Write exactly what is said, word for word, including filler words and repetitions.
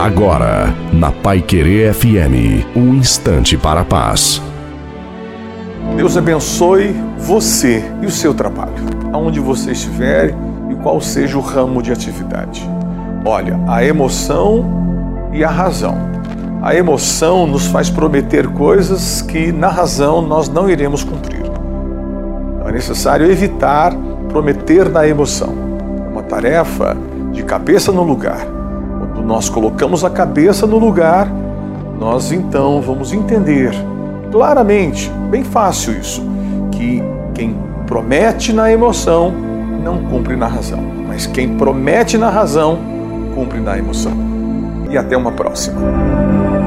Agora, na Paiquerê F M, um instante para a paz. Deus abençoe você e o seu trabalho, aonde você estiver e qual seja o ramo de atividade. Olha, a emoção e a razão. A emoção nos faz prometer coisas que, na razão, nós não iremos cumprir. Então é necessário evitar prometer na emoção. É uma tarefa de cabeça no lugar. Quando nós colocamos a cabeça no lugar, nós então vamos entender claramente, bem fácil isso, que quem promete na emoção não cumpre na razão, mas quem promete na razão cumpre na emoção. E até uma próxima.